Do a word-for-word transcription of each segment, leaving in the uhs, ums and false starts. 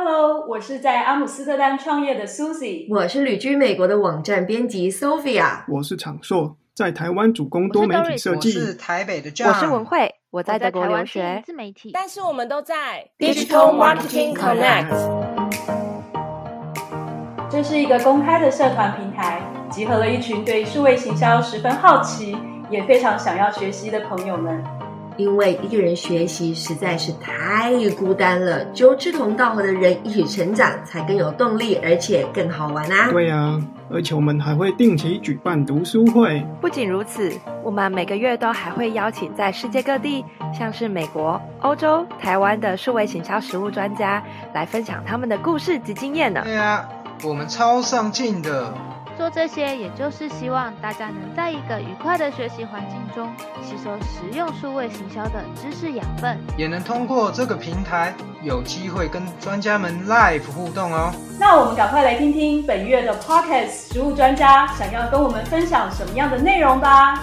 Hello， 我是在阿姆斯特丹创业的 Susie， 我是旅居美国的网站编辑 Sophia， 我是长硕，在台湾主攻多媒体设计。 我是台北的 John， 我是文慧，我在德国留学， 自媒体， 但是我们都在 Digital Marketing Connect。这是一个公开的社团平台，集合了一群对数位行销十分好奇，也非常想要学习的朋友们。 因为一个人学习实在是太孤单了，只有志同道合的人一起成长，才更有动力，而且更好玩啊！ 对啊，而且我们还会定期举办读书会。 不仅如此，我们每个月都还会邀请在世界各地，像是美国、欧洲、台湾的数位行销实务专家来分享他们的故事及经验呢。 对啊，我们超上进的。 做这些也就是希望大家能在一个愉快的学习环境中吸收实用数位行销的知识养分， 也能通过这个平台有机会跟专家们 live 互动哦。 那我们赶快来听听本月的 Podcast 实务专家想要跟我们分享什么样的内容吧。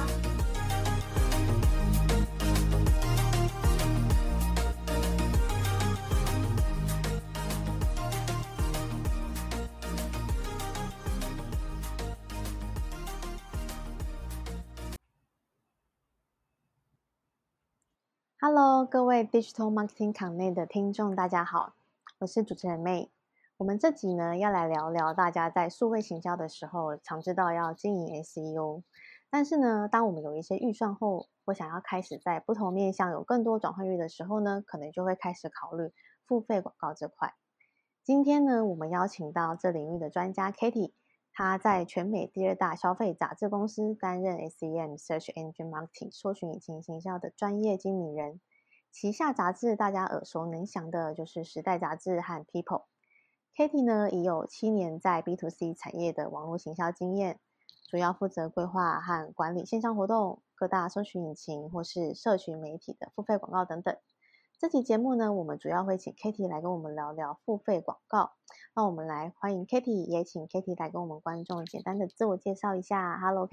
Hello， 各位 Digital Marketing Connect 的听众，大家好，我是主持人 May。我们这集呢要来聊聊大家在数位行销的时候，常知道要经营 S E O， 但是呢，当我们有一些预算后，或想要开始在不同面向有更多转换率的时候呢，可能就会开始考虑付费广告这块。今天呢，我们邀请到这领域的专家 Katie。他在全美第二大消费杂志公司担任 S E M Search Engine Marketing 搜寻引擎行销的专业经理人，旗下杂志大家耳熟能详的就是时代杂志和 People。Katie 呢已有七年在 B to C 产业的网络行销经验，主要负责规划和管理线上活动、各大搜寻引擎或是社群媒体的付费广告等等。这期节目呢，我们主要会请 Katie 来跟我们聊聊付费广告。那我们来欢迎 Katie， 也请 Katie 来跟我们观众简单的自我介绍一下。Hello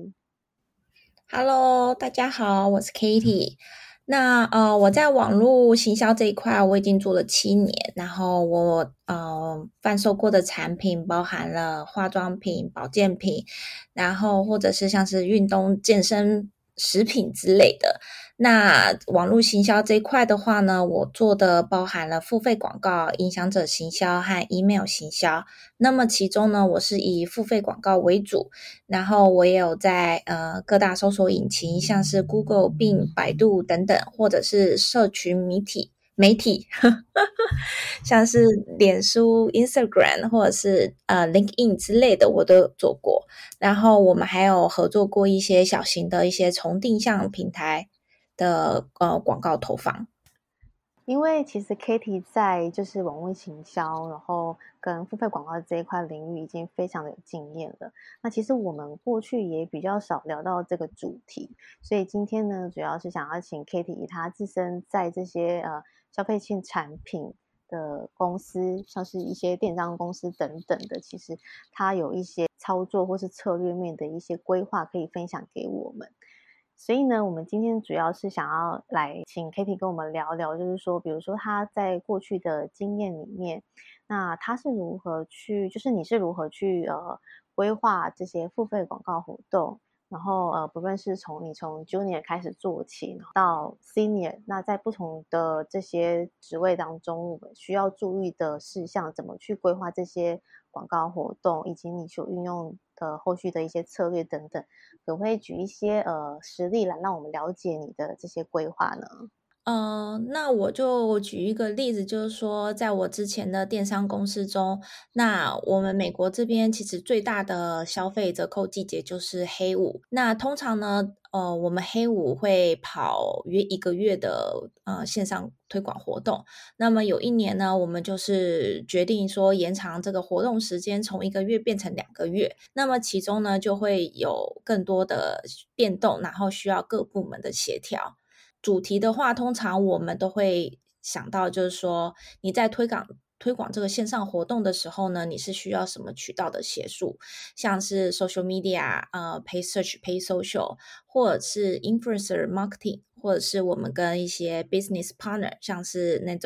Katie。Hello， 大家好，我是 Katie。那呃，我在网络行销这一块我已经做了七年，然后我呃贩售过的产品包含了化妆品、保健品，然后或者是像是运动健身食品之类的。那网络行销这一块的话呢，我做的包含了付费广告、影响者行销和 email 行销。那么其中呢，我是以付费广告为主，然后我也有在呃各大搜索引擎，像是 Google、Bing、百度等等，或者是社群媒体媒体像是脸书、Instagram 或者是呃 LinkedIn 之类的，我都有做过。然后我们还有合作过一些小型的一些重定向平台的呃广告投放。 因为其实 Katie 在就是网络行销，然后跟付费广告这一块领域已经非常的有经验了。那其实我们过去也比较少聊到这个主题，所以今天呢，主要是想要请 Katie 以她自身在这些呃消费性产品的公司，像是一些电商公司等等的，其实她有一些操作或是策略面的一些规划可以分享给我们。所以呢，我们今天主要是想要来请 Katie 跟我们聊聊，就是说，比如说她在过去的经验里面，那她是如何去，就是你是如何去呃规划这些付费广告活动，然后呃不论是从你从 Junior 开始做起到 Senior， 那在不同的这些职位当中，我们需要注意的事项，怎么去规划这些广告活动，以及你所运用的后续的一些策略等等，可不可以举一些呃实例来让我们了解你的这些规划呢？ 呃，那我就举一个例子，就是说，在我之前的电商公司中，那我们美国这边其实最大的消费折扣季节就是黑五。那通常呢，呃，我们黑五会跑约一个月的呃线上推广活动。那么有一年呢，我们就是决定说延长这个活动时间，从一个月变成两个月。那么其中呢，就会有更多的变动，然后需要各部门的协调。主题的话，通常我们都会想到，就是说你在推广推广这个线上活动的时候呢，你是需要什么渠道的协助，像是 social media、呃 paid search、paid social， 或者是 influencer marketing， 或者是我们跟一些 business partner， 像是那种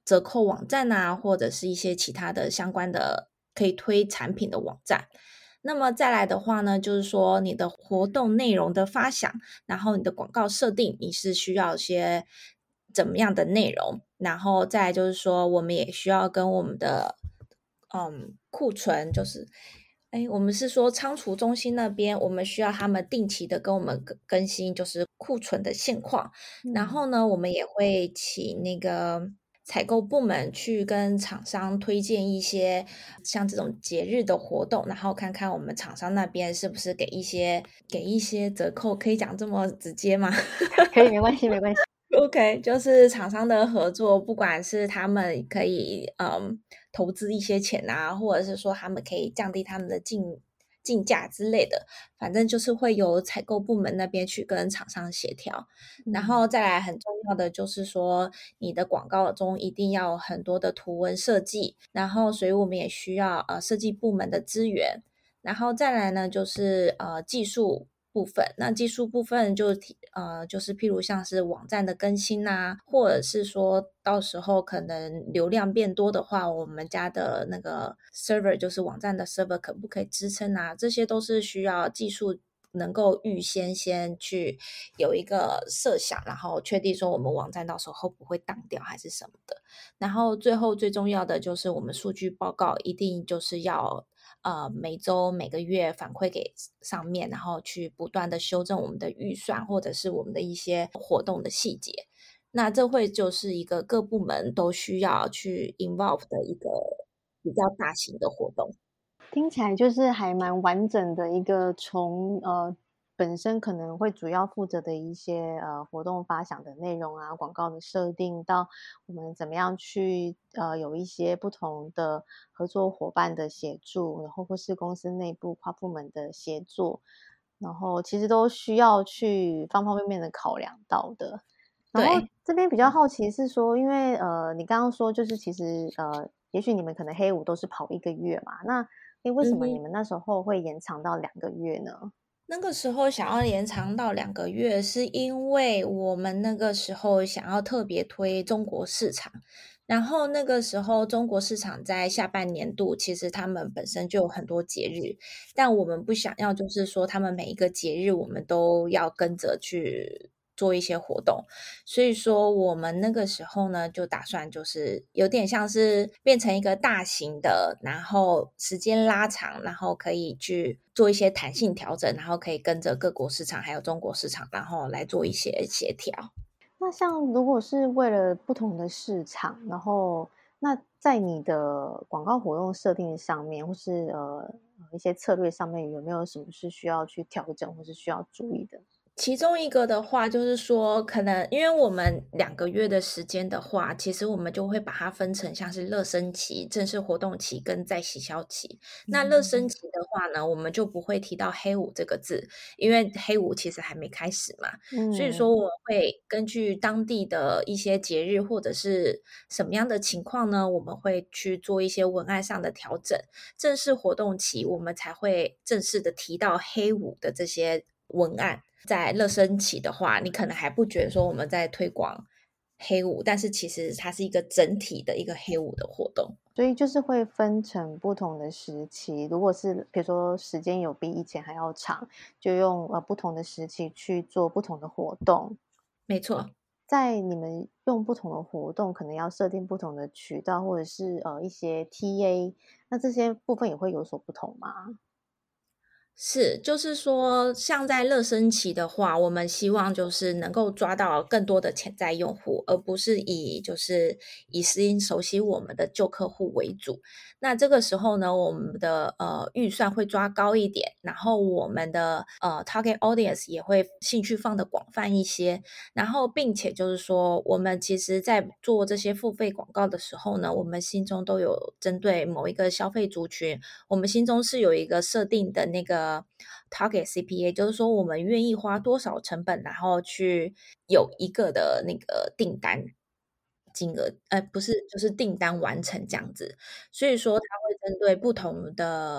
折扣网站啊，或者是一些其他的相关的可以推产品的网站。那么再来的话呢，就是说你的活动内容的发想，然后你的广告设定，你是需要一些怎么样的内容，然后再来就是说我们也需要跟我们的嗯库存，就是哎，我们是说仓储中心那边，我们需要他们定期的跟我们更更新，就是库存的现况。 嗯、 然后呢，我们也会请那个采购部门去跟厂商推荐一些像这种节日的活动，然后看看我们厂商那边是不是给一些给一些折扣，可以讲这么直接吗？ 可以，没关系，没关系。 OK， 就是厂商的合作，不管是他们可以嗯投资一些钱啊，或者是说他们可以降低他们的进进价之类的，反正就是会由采购部门那边去跟厂商协调。 嗯、 然后再来很重要的就是说，你的广告中一定要有很多的图文设计，然后所以我们也需要呃设计部门的资源。然后再来呢，就是呃技术部分，那技术部分就呃就是譬如像是网站的更新啊，或者是说到时候可能流量变多的话，我们家的那个 server 就是网站的 server 可不可以支撑啊，这些都是需要技术能够预先先去有一个设想，然后确定说我们网站到时候会不会当掉还是什么的。然后最后最重要的就是我们数据报告一定就是要呃，每周每个月反馈给上面，然后去不断的修正我们的预算或者是我们的一些活动的细节。那这会就是一个各部门都需要去 involve 的一个比较大型的活动。 听起来就是还蛮完整的一个从呃本身可能会主要负责的一些呃活动发想的内容啊，广告的设定，到我们怎么样去呃有一些不同的合作伙伴的协助，然后或是公司内部跨部门的协作，然后其实都需要去方方面面的考量到的。然后这边比较好奇是说，因为呃你刚刚说就是其实呃也许你们可能黑五都是跑一个月嘛，那诶为什么你们那时候会延长到两个月呢？ 那个时候想要延长到两个月，是因为我们那个时候想要特别推中国市场，然后那个时候中国市场在下半年度，其实他们本身就有很多节日，但我们不想要就是说他们每一个节日我们都要跟着去做一些活动，所以说我们那个时候呢就打算就是有点像是变成一个大型的，然后时间拉长，然后可以去做一些弹性调整，然后可以跟着各国市场还有中国市场，然后来做一些协调。 那像如果是为了不同的市场，然后那在你的广告活动设定上面，或是呃一些策略上面，有没有什么是需要去调整或是需要注意的？ 其中一个的话就是说，可能因为我们两个月的时间的话，其实我们就会把它分成像是热身期、正式活动期跟再行销期。那热身期的话呢，我们就不会提到黑五这个字，因为黑五其实还没开始嘛。 嗯， 所以说我们会根据当地的一些节日或者是什么样的情况呢，我们会去做一些文案上的调整。正式活动期我们才会正式的提到黑五的这些文案。在热身期的话，你可能还不觉得说我们在推广黑五，但是其实它是一个整体的一个黑五的活动， 所以就是会分成不同的时期。如果是比如说时间有比以前还要长，就用呃不同的时期去做不同的活动。 没错， 在你们用不同的活动，可能要设定不同的渠道，或者是呃一些 T A， 那这些部分也会有所不同吗？ 是，就是说，像在热身期的话，我们希望就是能够抓到更多的潜在用户，而不是以就是以适应熟悉我们的旧客户为主。那这个时候呢，我们的呃预算会抓高一点，然后我们的呃 target audience 也会兴趣放得广泛一些，然后并且就是说，我们其实在做这些付费广告的时候呢，我们心中都有针对某一个消费族群，我们心中是有一个设定的那个target C P A， 就是说我们愿意花多少成本，然后去有一个的那个订单金额，呃，不是，就是订单完成这样子。所以说它会针对不同的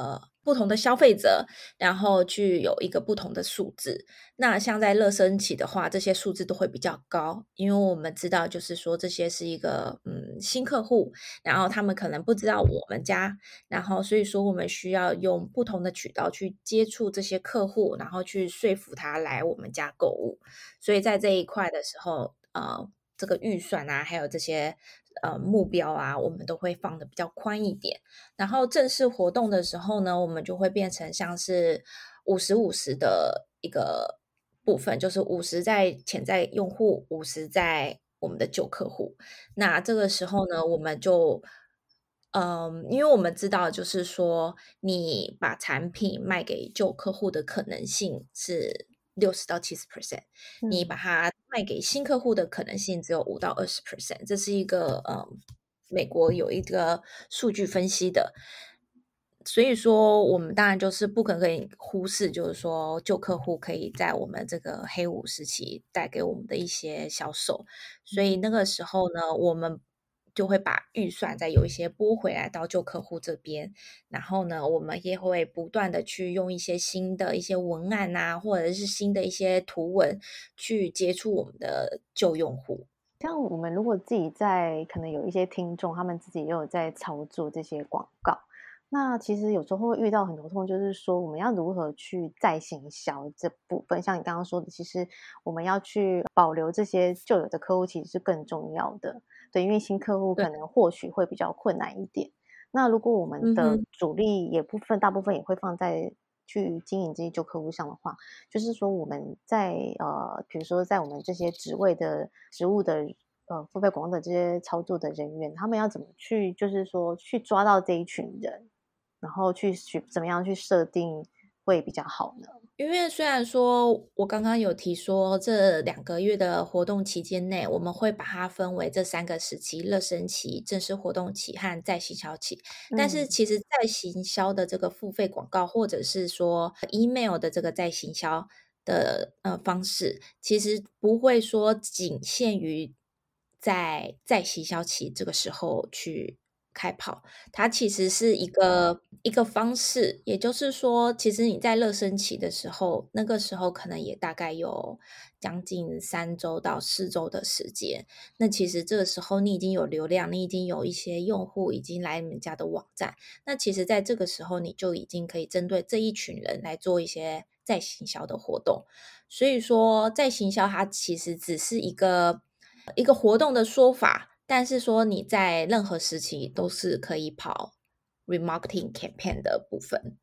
不同的消费者，然后去有一个不同的数字。那像在热身期的话，这些数字都会比较高，因为我们知道就是说这些是一个嗯新客户，然后他们可能不知道我们家，然后所以说我们需要用不同的渠道去接触这些客户，然后去说服他来我们家购物。所以在这一块的时候，呃，这个预算啊，还有这些呃目标啊，我们都会放的比较宽一点。然后正式活动的时候呢，我们就会变成像是五十五十的一个部分，就是五十在潜在用户，五十在我们的旧客户。那这个时候呢，我们就嗯，因为我们知道，就是说，你把产品卖给旧客户的可能性是六十到七十 percent，你把它卖给新客户的可能性只有五到二十 percent，这是一个嗯，美国有一个数据分析的。所以说，我们当然就是不可以忽视，就是说旧客户可以在我们这个黑五时期带给我们的一些销售。所以那个时候呢，我们就会把预算再有一些拨回来到旧客户这边，然后呢，我们也会不断的去用一些新的一些文案啊，或者是新的一些图文去接触我们的旧用户。 像我们如果自己在可能有一些听众，他们自己也有在操作这些广告，那其实有时候会遇到很多痛，就是说我们要如何去再行销这部分。像你刚刚说的，其实我们要去保留这些旧有的客户，其实是更重要的。对，因为新客户可能获取会比较困难一点。那如果我们的主力也部分大部分也会放在去经营这些旧客户上的话，就是说我们在呃，比如说在我们这些职位的职务的呃付费广告的这些操作的人员，他们要怎么去，就是说去抓到这一群人，然后去去怎么样去设定会比较好呢？ 因为虽然说我刚刚有提说这两个月的活动期间内，我们会把它分为这三个时期：热身期、正式活动期和再行销期。但是其实再行销的这个付费广告，或者是说 email 的这个再行销的呃方式，其实不会说仅限于在再行销期这个时候去开跑，它其实是一个一个方式。也就是说，其实你在热身期的时候，那个时候可能也大概有将近三周到四周的时间。那其实这个时候你已经有流量，你已经有一些用户已经来你们家的网站，那其实在这个时候你就已经可以针对这一群人来做一些再行销的活动。所以说再行销它其实只是一个一个活动的说法，但是说你在任何时期都是可以跑 remarketing campaign 的部分。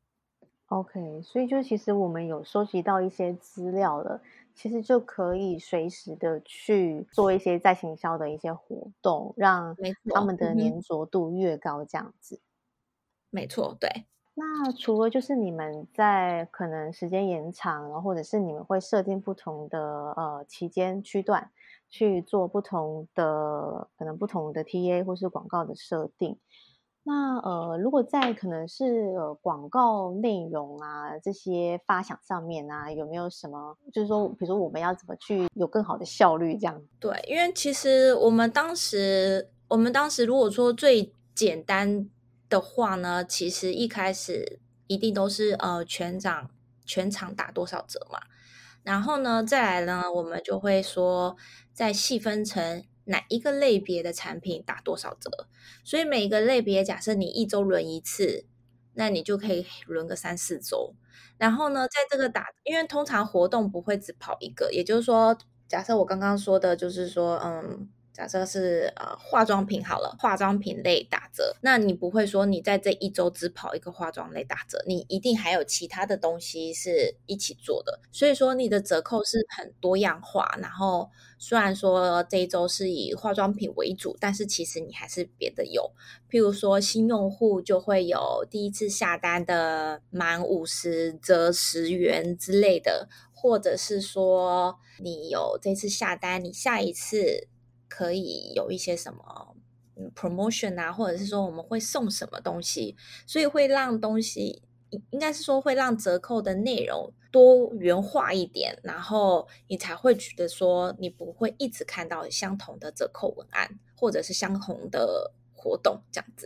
OK， 所以就其实我们有收集到一些资料了，其实就可以随时的去做一些再行销的一些活动，让他们的粘着度越高这样子。 没错，对。 那除了就是你们在可能时间延长，然后或者是你们会设定不同的呃期间区段去做不同的可能不同的 T A 或是广告的设定。那呃，如果在可能是呃广告内容啊这些发想上面啊，有没有什么就是说，比如说我们要怎么去有更好的效率这样？ 对，因为其实我们当时我们当时如果说最简单的话呢，其实一开始一定都是呃全场全场打多少折嘛，然后呢再来呢，我们就会说再细分成哪一个类别的产品打多少折。所以每一个类别，假设你一周轮一次，那你就可以轮个三四周。然后呢，在这个打，因为通常活动不会只跑一个，也就是说，假设我刚刚说的就是说，嗯，假设是呃化妆品好了，化妆品类打折，那你不会说你在这一周只跑一个化妆类打折，你一定还有其他的东西是一起做的。所以说你的折扣是很多样化，然后虽然说这一周是以化妆品为主，但是其实你还是别的有，譬如说新用户就会有第一次下单的满五十折十元之类的，或者是说你有这次下单，你下一次可以有一些什么 promotion 啊，或者是说我们会送什么东西，所以会让东西应该是说会让折扣的内容多元化一点，然后你才会觉得说你不会一直看到相同的折扣文案或者是相同的活动这样子。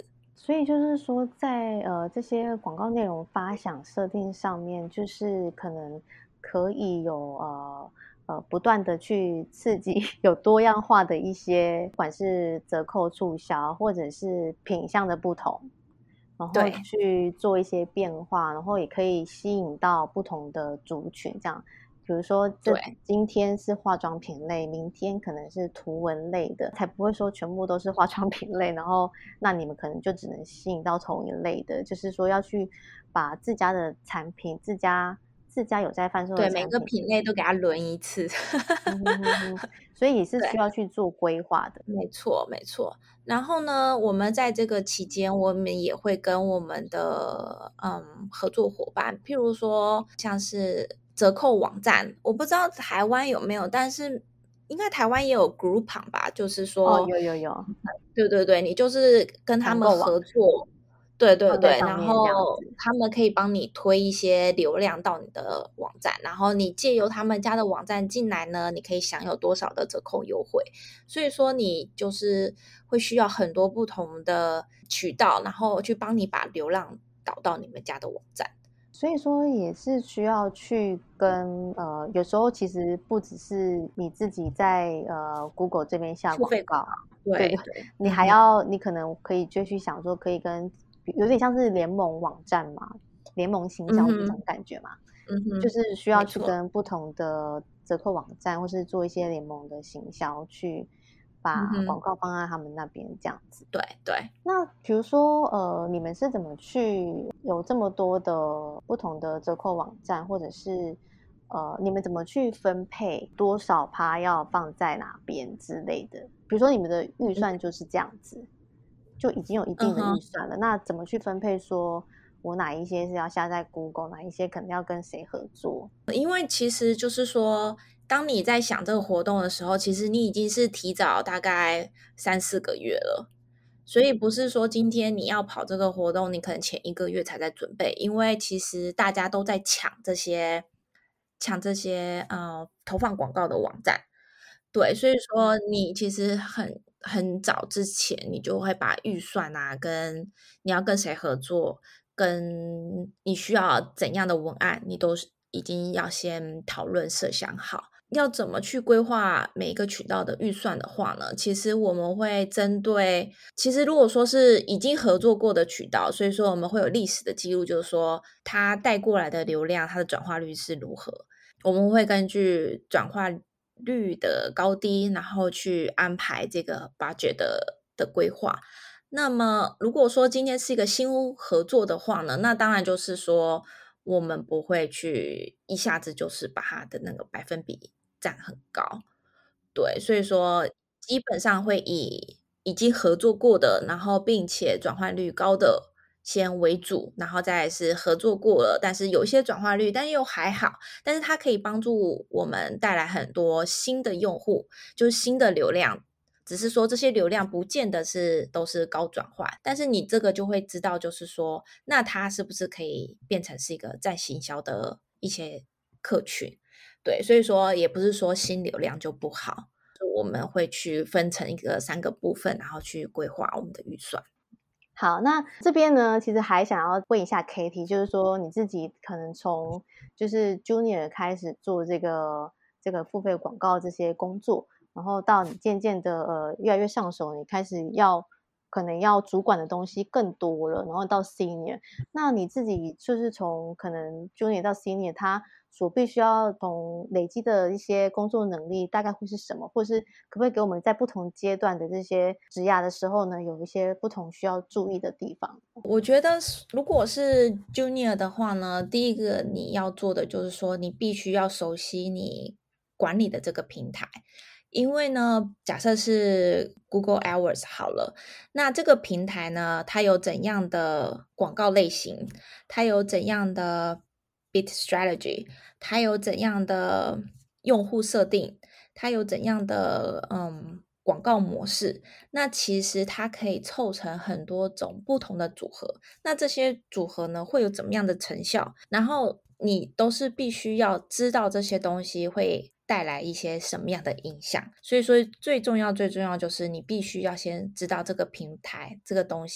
所以就是说在呃这些广告内容发想设定上面，就是可能可以有呃呃不断的去刺激有多样化的一些，不管是折扣促销或者是品项的不同，然后对去做一些变化，然后也可以吸引到不同的族群，这样。比如说，这对今天是化妆品类，明天可能是图文类的，才不会说全部都是化妆品类，然后那你们可能就只能吸引到同一类的。就是说，要去把自家的产品、自家自家有在贩售的对， 产品， 每个品类都给它轮一次。 嗯哼哼哼，所以也是需对， 要去做规划的。 没错，没错。然后呢，我们在这个期间，我们也会跟我们的嗯合作伙伴，譬如说像是折扣网站，我不知道台湾有没有，但是应该台湾也有 Groupon 吧，就是哦， 说， 有有有， 对对对，你就是跟他们团购网合作，对对放在对，然上面这样后子。 他们可以帮你推一些流量到你的网站，然后你借由他们家的网站进来呢，你可以享有多少的折扣优惠。所以说你就是会需要很多不同的渠道，然后去帮你把流量导到你们家的网站。 所以说也是需要去跟呃，有时候其实不只是你自己在呃 Google 这边下广付费广告， 对对对， 对， 你还要你可能可以就去想说，可以跟有点像是联盟网站嘛，联盟行销这种感觉嘛， 嗯哼， 就是需要没错去跟不同的折扣网站或是做一些联盟的行销，去把嗯哼广告放在他们那边这样子。 对对。 那比如说，呃，你们是怎么去有这么多的不同的折扣网站，或者是呃，你们怎么去分配多少趴要放在哪边之类的？比如说你们的预算就是这样子，就已经有一定的嗯哼预算了，那怎么去分配说？我哪一些是要下在 Google， 哪一些可能要跟谁合作？ 因为其实就是说，当你在想这个活动的时候，其实你已经是提早大概三四个月了。所以不是说今天你要跑这个活动，你可能前一个月才在准备，因为其实大家都在抢这些抢这些呃投放广告的网站，对，所以说你其实很很早之前你就会把预算啊，跟你要跟谁合作，跟你需要怎样的文案，你都是已经要先讨论设想好。要怎么去规划每一个渠道的预算的话呢？其实我们会针对，其实如果说是已经合作过的渠道，所以说我们会有历史的记录，就是说它带过来的流量，它的转化率是如何。我们会根据转化率的高低，然后去安排这个 budget 的的规划。那么如果说今天是一个新屋合作的话呢，那当然就是说我们不会去一下子就是把它的那个百分比占很高，对，所以说基本上会以已经合作过的，然后并且转换率高的先为主，然后再来是合作过了，但是有一些转化率，但又还好，但是它可以帮助我们带来很多新的用户，就是新的流量。只是说这些流量不见得是都是高转换，但是你这个就会知道，就是说，那它是不是可以变成是一个在行销的一些客群？对，所以说也不是说新流量就不好，我们会去分成一个三个部分，然后去规划我们的预算。 好，那这边呢，其实还想要问一下 Katie， 就是说你自己可能从就是 Junior 开始做这个这个付费广告这些工作，然后到你渐渐的呃越来越上手，你开始要可能要主管的东西更多了，然后到 Senior， 那你自己就是从可能 Junior 到 Senior， 他所必须要从累积的一些工作能力大概会是什么，或是可不可以给我们在不同阶段的这些职涯的时候呢，有一些不同需要注意的地方？ 我觉得如果是 Junior 的话呢，第一个你要做的就是说，你必须要熟悉你管理的这个平台。因为呢，假设是 Google AdWords 好了，那这个平台呢，它有怎样的广告类型，它有怎样的 bid strategy， 它有怎样的用户设定，它有怎样的嗯广告模式，那其实它可以凑成很多种不同的组合，那这些组合呢，会有怎么样的成效，然后你都是必须要知道这些东西会带来一些什么样的影响，所以说最重要最重要就是你必须要先知道这个平台这个东西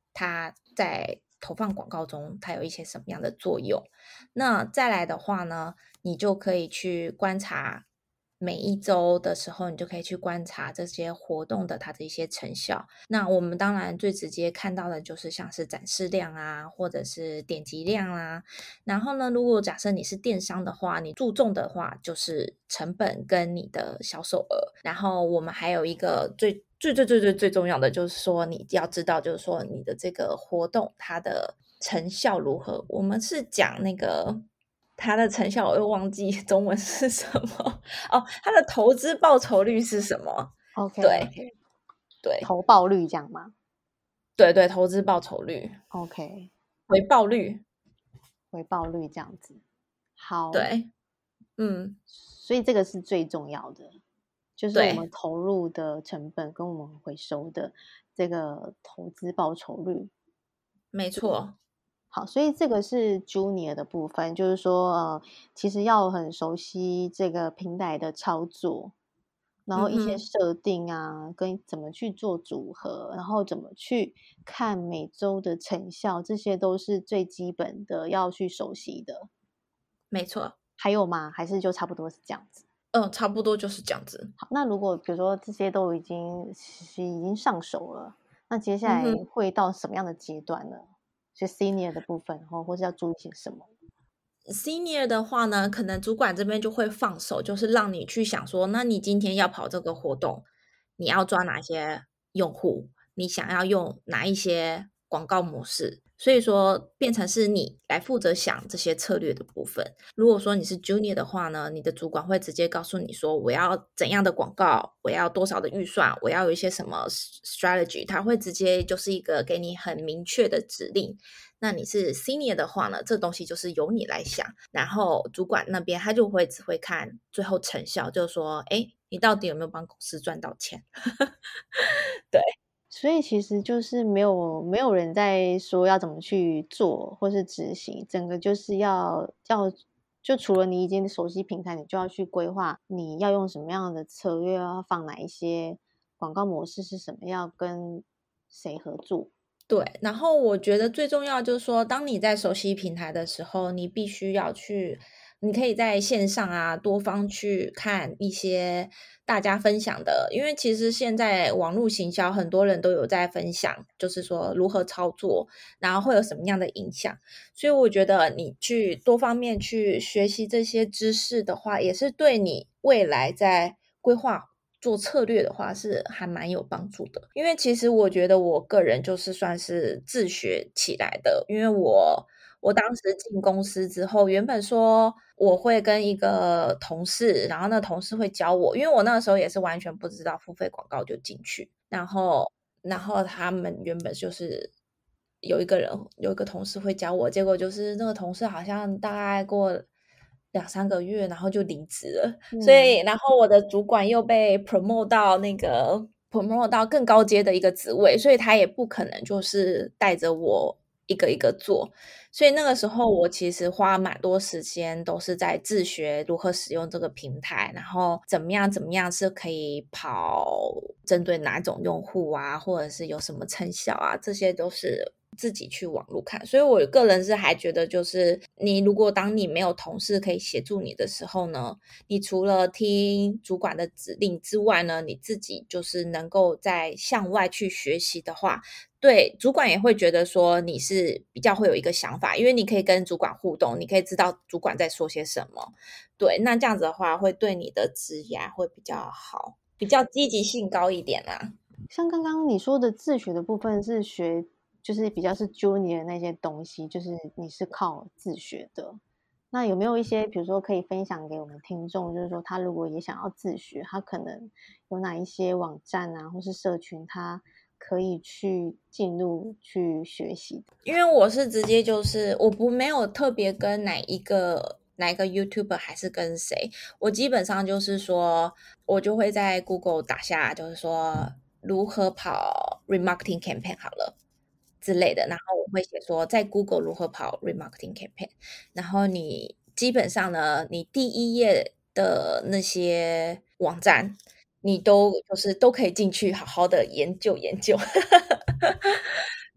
它在投放广告中它有一些什么样的作用。那再来的话呢，你就可以去观察每一周的时候，你就可以去观察这些活动的它的一些成效。那我们当然最直接看到的就是像是展示量啊，或者是点击量啊。然后呢，如果假设你是电商的话，你注重的话就是成本跟你的销售额。然后我们还有一个最最最最最最重要的就是说，你要知道就是说你的这个活动它的成效如何。我们是讲那个它的成效，我又忘记中文是什么哦，它的投资报酬率是什么 OK， 对 okay. 对， 投报率这样吗？ 对对，投资报酬率 OK， 回报率回报率这样子。好， 对，嗯， 所以这个是最重要的，就是我们投入的成本跟我们回收的这个投资报酬率。 没错。 好，所以这个是 Junior 的部分，就是说，呃，其实要很熟悉这个平台的操作，然后一些设定啊，嗯、跟怎么去做组合，然后怎么去看每周的成效，这些都是最基本的要去熟悉的。 没错。 还有吗？还是就差不多是这样子？ 嗯，差不多就是这样子。 好，那如果比如说这些都已经已经上手了，那接下来会到什么样的阶段呢？嗯就 senior 的部分，然后或是要注意些什么 ？senior 的话呢，可能主管这边就会放手，就是让你去想说，那你今天要跑这个活动，你要抓哪些用户，你想要用哪一些广告模式，所以说变成是你来负责想这些策略的部分。如果说你是 junior 的话呢，你的主管会直接告诉你说，我要怎样的广告，我要多少的预算，我要有一些什么 strategy， 他会直接就是一个给你很明确的指令。那你是 senior 的话呢，这东西就是由你来想，然后主管那边他就会只会看最后成效，就是说，哎，你到底有没有帮公司赚到钱？对。 所以其实就是没有没有人在说要怎么去做或是执行，整个就是要要就除了你已经熟悉平台，你就要去规划你要用什么样的策略，要放哪一些广告模式是什么，要跟谁合作。 对，然后我觉得最重要就是说，当你在熟悉平台的时候，你必须要去，你可以在线上啊，多方去看一些大家分享的，因为其实现在网络行销很多人都有在分享，就是说如何操作，然后会有什么样的影响，所以我觉得你去多方面去学习这些知识的话，也是对你未来在规划做策略的话是还蛮有帮助的。因为其实我觉得我个人就是算是自学起来的，因为我我当时进公司之后，原本说我会跟一个同事，然后那同事会教我，因为我那个时候也是完全不知道付费广告就进去，然后然后他们原本就是有一个人有一个同事会教我，结果就是那个同事好像大概过两三个月，然后就离职了、嗯、所以然后我的主管又被 promote 到那个 promote 到更高阶的一个职位，所以他也不可能就是带着我一个一个做，所以那个时候我其实花蛮多时间都是在自学如何使用这个平台，然后怎么样怎么样是可以跑针对哪种用户啊，或者是有什么成效啊，这些都是自己去网络看。所以我个人是还觉得就是你如果当你没有同事可以协助你的时候呢，你除了听主管的指令之外呢，你自己就是能够在向外去学习的话，对主管也会觉得说你是比较会有一个想法，因为你可以跟主管互动，你可以知道主管在说些什么，对，那这样子的话会对你的职涯会比较好，比较积极性高一点啊。 像刚刚你说的自学的部分是学就是比较是 junior 那些东西，就是你是靠自学的，那有没有一些比如说可以分享给我们听众，就是说他如果也想要自学，他可能有哪一些网站啊或是社群他可以去进入去学习的？ 因为我是直接就是我不没有特别跟哪一个哪一个 YouTuber 还是跟谁，我基本上就是说我就会在 Google 打下就是说如何跑 remarketing campaign 好了之类的，然后我会写说在 Google 如何跑 remarketing campaign， 然后你基本上呢你第一页的那些网站你都就是都可以进去好好的研究研究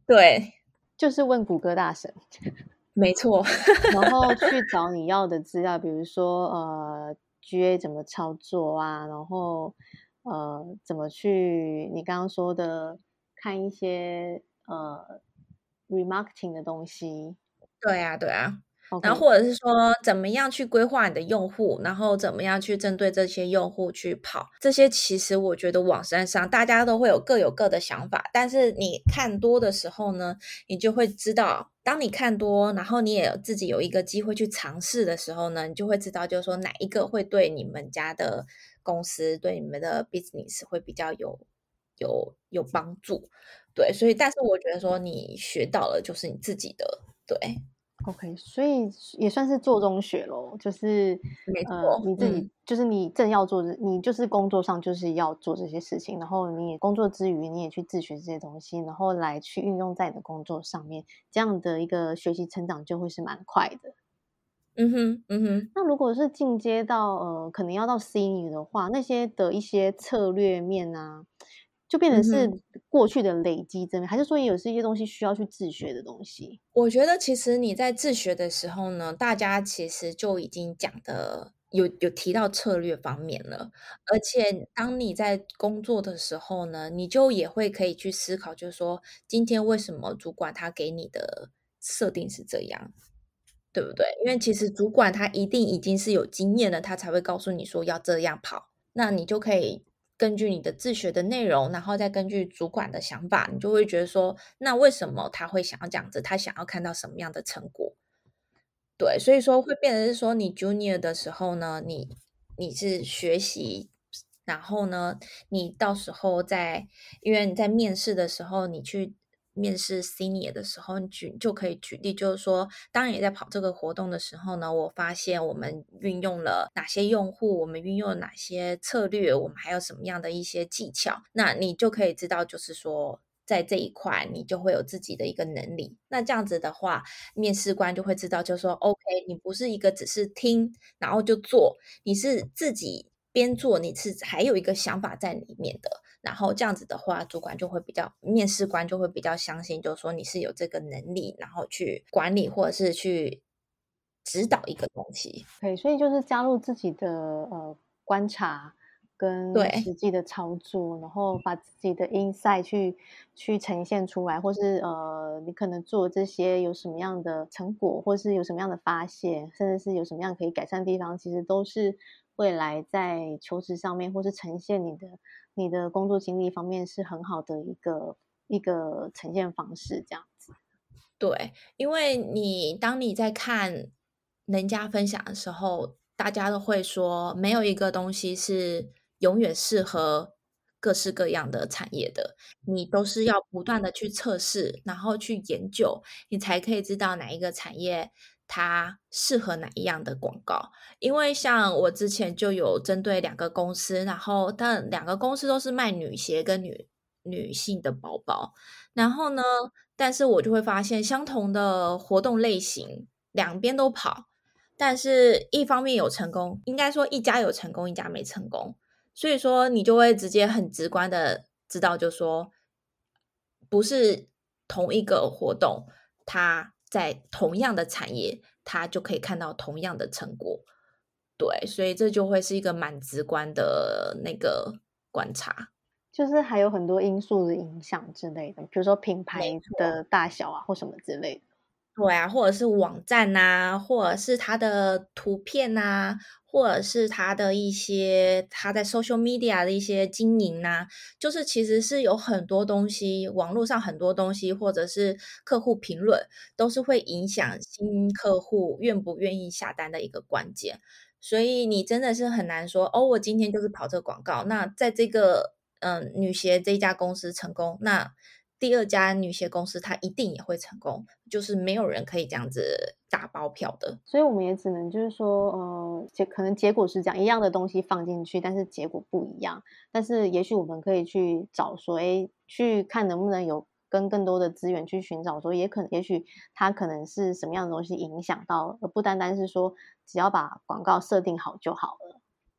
对， 就是问谷歌大神。 没错。 然后去找你要的资料，比如说呃 G A 怎么操作啊，然后呃怎么去你刚刚说的看一些呃 remarketing 的东西。 对啊对啊，然后 OK， 或者是说怎么样去规划你的用户，然后怎么样去针对这些用户去跑，这些其实我觉得网站上大家都会有各有各的想法，但是你看多的时候呢，你就会知道，当你看多，然后你也有自己有一个机会去尝试的时候呢，你就会知道就是说哪一个会对你们家的公司对你们的 business 会比较有有有帮助。对，所以但是我觉得说你学到了就是你自己的。对， OK，所以也算是做中学咯，就是没呃错， 你自己、 嗯， 就是你正要做的，你就是工作上就是要做这些事情，然后你也工作之余你也去自学这些东西，然后来去运用在你的工作上面，这样的一个学习成长就会是蛮快的。 嗯哼，嗯哼。 那如果是进阶到呃，可能要到 senior 的话，那些的一些策略面啊，就变成嗯是哼， 过去的累积这边，还是说也有是一些东西需要去自学的东西？ 我觉得其实你在自学的时候呢，大家其实就已经讲的有有提到策略方面了，而且当你在工作的时候呢，你就也会可以去思考，就是说今天为什么主管他给你的设定是这样，对不对？因为其实主管他一定已经是有经验了，他才会告诉你说要这样跑，那你就可以根据你的自学的内容，然后再根据主管的想法，你就会觉得说，那为什么他会想要这样子？他想要看到什么样的成果？对，所以说会变成是说，你 junior 的时候呢，你你是学习，然后呢，你到时候在，因为你在面试的时候，你去面试 senior 的时候，你举就可以举例，就是说，当你在跑这个活动的时候呢，我发现我们运用了哪些用户，我们运用了哪些策略，我们还有什么样的一些技巧，那你就可以知道，就是说。在这一块，你就会有自己的一个能力。那这样子的话，面试官就会知道，就说 OK，你不是一个只是听，然后就做，你是自己边做，你是还有一个想法在里面的。然后这样子的话，主管就会比较，面试官就会比较相信，就是说你是有这个能力，然后去管理或者是去指导一个东西。 对，所以就是加入自己的呃观察跟对实际的操作，然后把自己的 insight 去去呈现出来，或是呃你可能做这些有什么样的成果，或是有什么样的发现，甚至是有什么样可以改善的地方，其实都是未来在求职上面，或是呈现你的你的工作经历方面是很好的一个一个呈现方式，这样子。 对，因为你当你在看人家分享的时候，大家都会说，没有一个东西是永远适合各式各样的产业的，你都是要不断的去测试，然后去研究，你才可以知道哪一个产业它适合哪一样的广告。因为像我之前就有针对两个公司，然后但两个公司都是卖女鞋跟女女性的包包，然后呢，但是我就会发现相同的活动类型，两边都跑，但是一方面有成功，应该说一家有成功，一家没成功，所以说你就会直接很直观的知道，就说不是同一个活动，它在同样的产业，它就可以看到同样的成果。对，所以这就会是一个蛮直观的那个观察。 就是还有很多因素的影响之类的，比如说品没牌错， 的大小啊，或什么之类的。 对啊，或者是网站啊，或者是它的图片啊，或者是它的一些它在 social media 的一些经营啊，就是其实是有很多东西，网络上很多东西，或者是客户评论，都是会影响新客户愿不愿意下单的一个关键。所以你真的是很难说，哦，我今天就是跑这个广告，那在这个嗯、呃女鞋这一家公司成功，那第二家女鞋公司它一定也会成功，就是没有人可以这样子打包票的。 所以我们也只能就是说，呃，结可能结果是这样，一样的东西放进去，但是结果不一样。但是也许我们可以去找说，哎，去看能不能有跟更多的资源去寻找说，也可能也许它可能是什么样的东西影响到，而不单单是说只要把广告设定好就好了。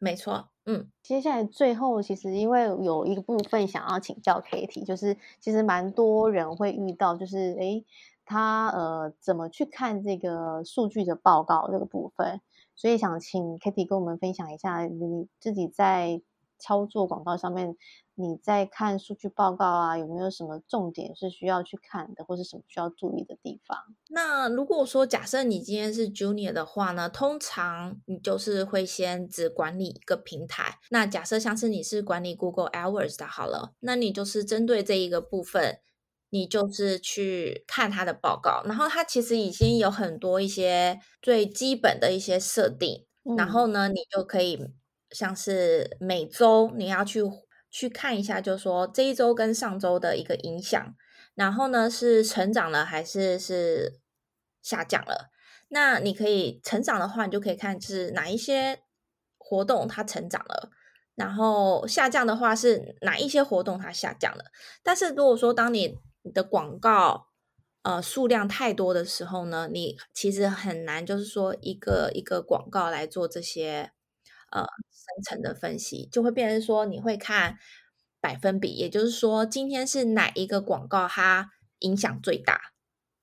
没错，嗯。 接下来最后，其实因为有一个部分想要请教 Katie，就是其实蛮多人会遇到，就是诶，他呃怎么去看这个数据的报告这个部分，所以想请 Katie 跟我们分享一下你自己在操作广告上面，你在看数据报告啊，有没有什么重点是需要去看的，或是什么需要注意的地方？ 那如果说假设你今天是 Junior 的话呢，通常你就是会先只管理一个平台。那假设像是你是管理 Google AdWords 的好了，那你就是针对这一个部分，你就是去看它的报告，然后它其实已经有很多一些最基本的一些设定， 嗯然后呢，你就可以像是每周你要去去看一下，就是说这一周跟上周的一个影响，然后呢是成长了还是是下降了。那你可以成长的话，你就可以看是哪一些活动它成长了，然后下降的话是哪一些活动它下降了。但是如果说当你你的广告呃数量太多的时候呢，你其实很难就是说一个一个广告来做这些呃深层的分析，就会变成说你会看百分比，也就是说今天是哪一个广告它影响最大。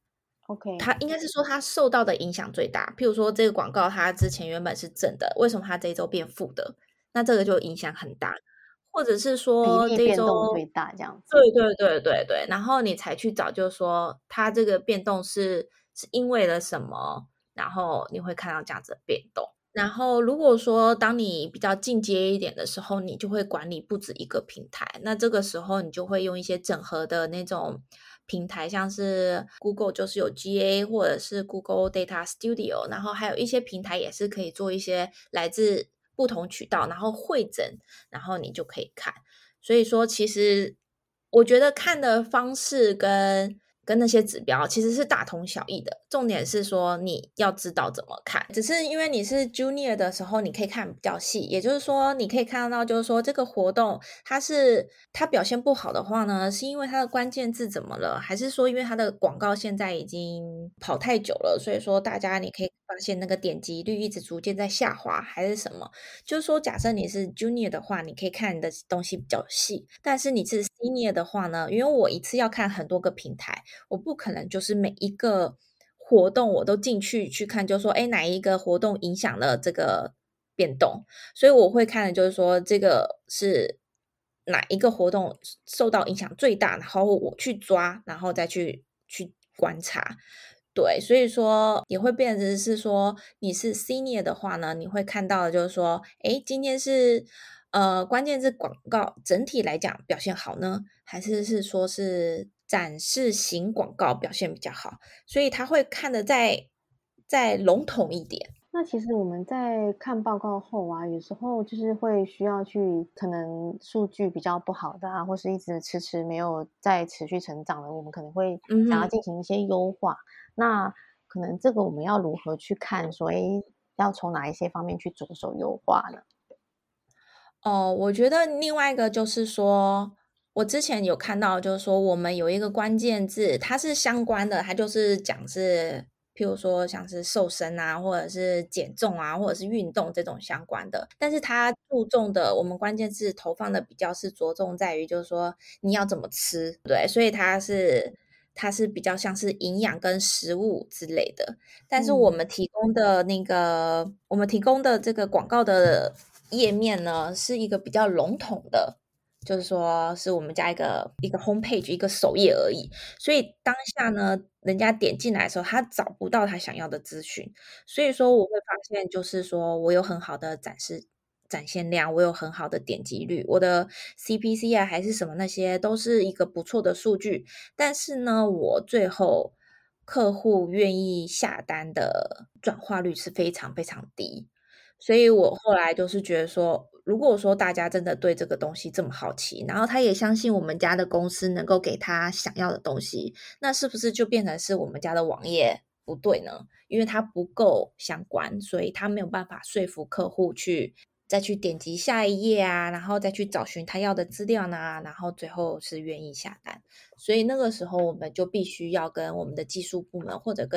OK， 它应该是说它受到的影响最大。譬如说这个广告它之前原本是正的，为什么它这一周变负的？那这个就影响很大。或者是说比例这一周变动最大这样子。 对对对对对，然后你才去找，就是说它这个变动是是因为了什么，然后你会看到这样子的变动。然后如果说当你比较进阶一点的时候，你就会管理不止一个平台，那这个时候你就会用一些整合的那种平台，像是 Google 就是有 G A 或者是 Google Data Studio， 然后还有一些平台也是可以做一些来自不同渠道，然后汇整，然后你就可以看。所以说其实我觉得看的方式跟跟那些指标其实是大同小异的，重点是说你要知道怎么看。只是因为你是 Junior 的时候，你可以看比较细，也就是说你可以看到就是说这个活动它是它表现不好的话呢，是因为它的关键字怎么了，还是说因为它的广告现在已经跑太久了，所以说大家你可以发现那个点击率一直逐渐在下滑，还是什么。就是说假设你是 Junior 的话，你可以看的东西比较细，但是你是 Senior 的话呢，因为我一次要看很多个平台，我不可能就是每一个活动我都进去去看，就是说哎，哪一个活动影响了这个变动，所以我会看的就是说这个是哪一个活动受到影响最大，然后我去抓，然后再去去观察。对，所以说也会变成是说你是 senior 的话呢，你会看到的就是说诶，今天是呃关键字广告整体来讲表现好呢，还是是说是展示型广告表现比较好，所以他会看得再再笼统一点。 那其实我们在看报告后啊，有时候就是会需要去，可能数据比较不好的啊，或是一直迟迟没有再持续成长的，我们可能会想要进行一些优化。嗯、那可能这个我们要如何去看说，诶，要从哪一些方面去着手优化呢？ 哦，我觉得另外一个就是说，我之前有看到，就是说我们有一个关键字，它是相关的，它就是讲是。譬如说像是瘦身啊，或者是减重啊，或者是运动这种相关的，但是它注重的我们关键字投放的比较是着重在于就是说你要怎么吃，对，所以它是它是比较像是营养跟食物之类的，但是我们提供的那个、嗯、我们提供的这个广告的页面呢是一个比较笼统的，就是说是我们家一个一个 homepage 一个首页而已，所以当下呢人家点进来的时候他找不到他想要的资讯，所以说我会发现就是说我有很好的展示展现量，我有很好的点击率，我的 C P C 啊还是什么那些都是一个不错的数据，但是呢我最后客户愿意下单的转化率是非常非常低，所以我后来就是觉得说如果说大家真的对这个东西这么好奇，然后他也相信我们家的公司能够给他想要的东西，那是不是就变成是我们家的网页不对呢？因为它不够相关，所以他没有办法说服客户去再去点击下一页啊，然后再去找寻他要的资料呢，然后最后是愿意下单。所以那个时候我们就必须要跟我们的技术部门或者跟主管讨论，就是说针对现在现现在的数字，我们要怎么去做，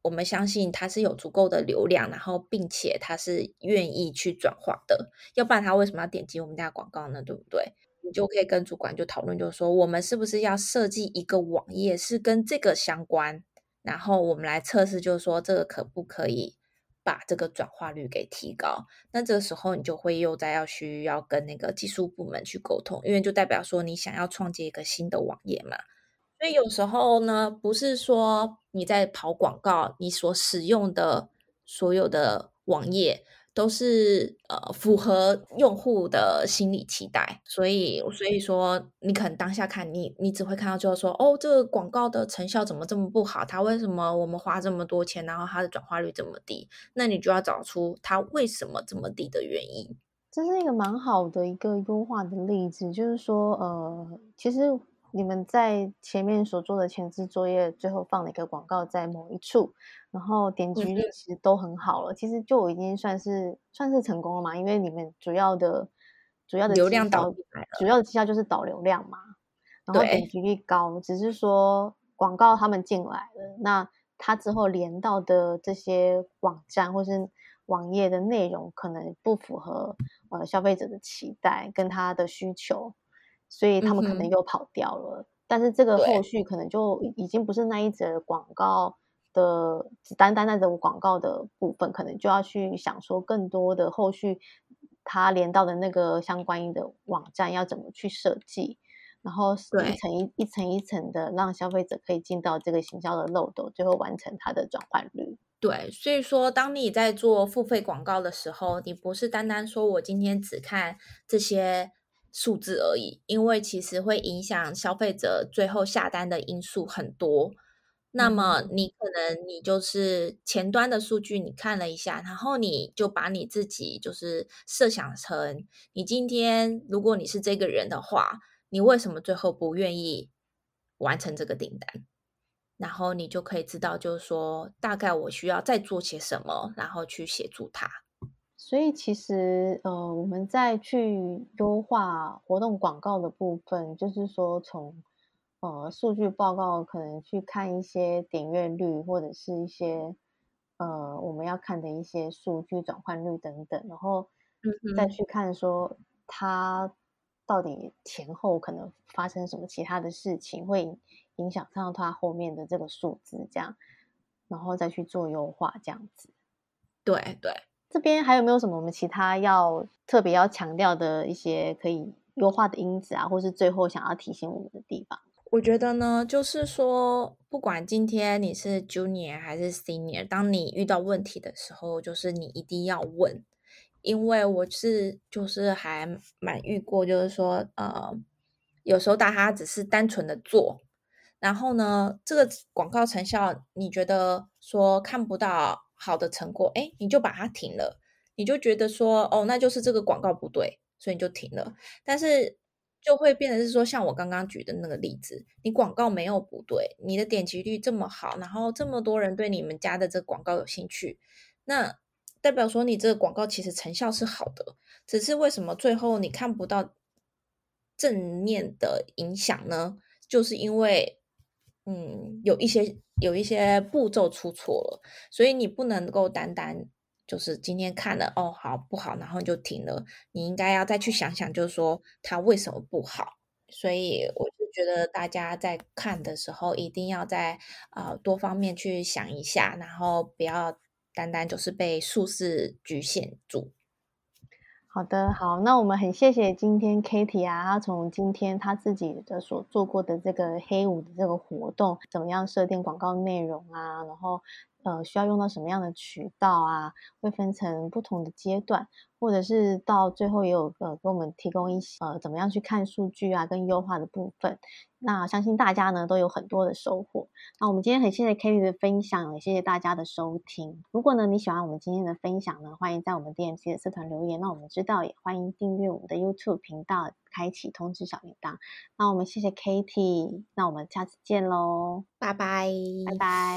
我们相信它是有足够的流量，然后并且它是愿意去转化的，要不然他为什么要点击我们家的广告呢？对不对？你就可以跟主管就讨论，就是说我们是不是要设计一个网页是跟这个相关，然后我们来测试，就是说这个可不可以把这个转化率给提高。那这个时候你就会又再要需要跟那个技术部门去沟通，因为就代表说你想要创建一个新的网页嘛。所以有时候呢，不是说你在跑广告，你所使用的所有的网页都是呃符合用户的心理期待，所以所以说你可能当下看你你只会看到就是说，哦，这个广告的成效怎么这么不好，它为什么我们花这么多钱，然后它的转化率这么低，那你就要找出它为什么这么低的原因。 这是一个蛮好的一个优化的例子，就是说呃其实你们在前面所做的前置作业，最后放了一个广告在某一处，然后点击率其实都很好了，嗯、其实就已经算是算是成功了嘛，因为你们主要的主要的流量导进来了， 主要的绩效就是导流量嘛，然后点击率高，只是说广告他们进来了，那他之后连到的这些网站或是网页的内容可能不符合呃消费者的期待跟他的需求。所以他们可能又跑掉了、嗯、但是这个后续可能就已经不是那一则广告的只单单那则广告的部分，可能就要去想说更多的后续它连到的那个相关的网站要怎么去设计，然后一层一一层一层的让消费者可以进到这个行销的漏斗，最后完成它的转换率。 对，所以说当你在做付费广告的时候，你不是单单说我今天只看这些数字而已，因为其实会影响消费者最后下单的因素很多。那么你可能你就是前端的数据你看了一下，然后你就把你自己就是设想成你今天如果你是这个人的话，你为什么最后不愿意完成这个订单，然后你就可以知道就是说大概我需要再做些什么，然后去协助他。 所以其实呃，我们在去优化活动广告的部分，就是说从呃数据报告可能去看一些点阅率，或者是一些呃我们要看的一些数据转换率等等，然后再去看说它到底前后可能发生什么其他的事情，会影响到它后面的这个数字，这样，然后再去做优化这样子。 对对。 这边还有没有什么我们其他要特别要强调的一些可以优化的因子啊，或是最后想要提醒我们的地方？ 我觉得呢，就是说不管今天你是 junior 还是 senior， 当你遇到问题的时候，就是你一定要问。因为我是就是还蛮遇过，就是说呃，有时候大家只是单纯的做，然后呢这个广告成效你觉得说看不到好的成果，诶，你就把它停了，你就觉得说哦，那就是这个广告不对，所以你就停了。但是就会变成是说像我刚刚举的那个例子，你广告没有不对，你的点击率这么好，然后这么多人对你们家的这个广告有兴趣，那代表说你这个广告其实成效是好的，只是为什么最后你看不到正面的影响呢？就是因为嗯，有一些有一些步骤出错了，所以你不能够单单就是今天看了哦好不好，然后你就停了，你应该要再去想想，就是说它为什么不好。所以我就觉得大家在看的时候一定要在呃多方面去想一下，然后不要单单就是被数字局限住。 好的，好，那我们很谢谢今天 Katie 啊，她从今天她自己的所做过的这个黑五的这个活动，怎么样设定广告内容啊，然后呃需要用到什么样的渠道啊，会分成不同的阶段，或者是到最后也有呃给我们提供一些呃怎么样去看数据啊跟优化的部分。那相信大家呢都有很多的收获。那我们今天很谢谢 Katie 的分享，也谢谢大家的收听。如果呢你喜欢我们今天的分享呢，欢迎在我们 D M C 的社团留言，让我们知道，也欢迎订阅我们的 YouTube 频道，开启通知小铃铛。那我们谢谢 Katie， 那我们下次见咯， 拜拜拜拜。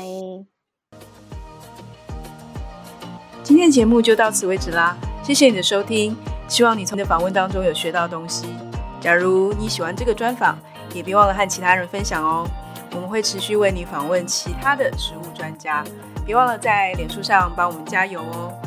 今天的节目就到此为止啦，谢谢你的收听，希望你从你的访问当中有学到东西。假如你喜欢这个专访，也别忘了和其他人分享哦。 我们会持续为你访问其他的食物专家，别忘了在脸书上帮我们加油哦。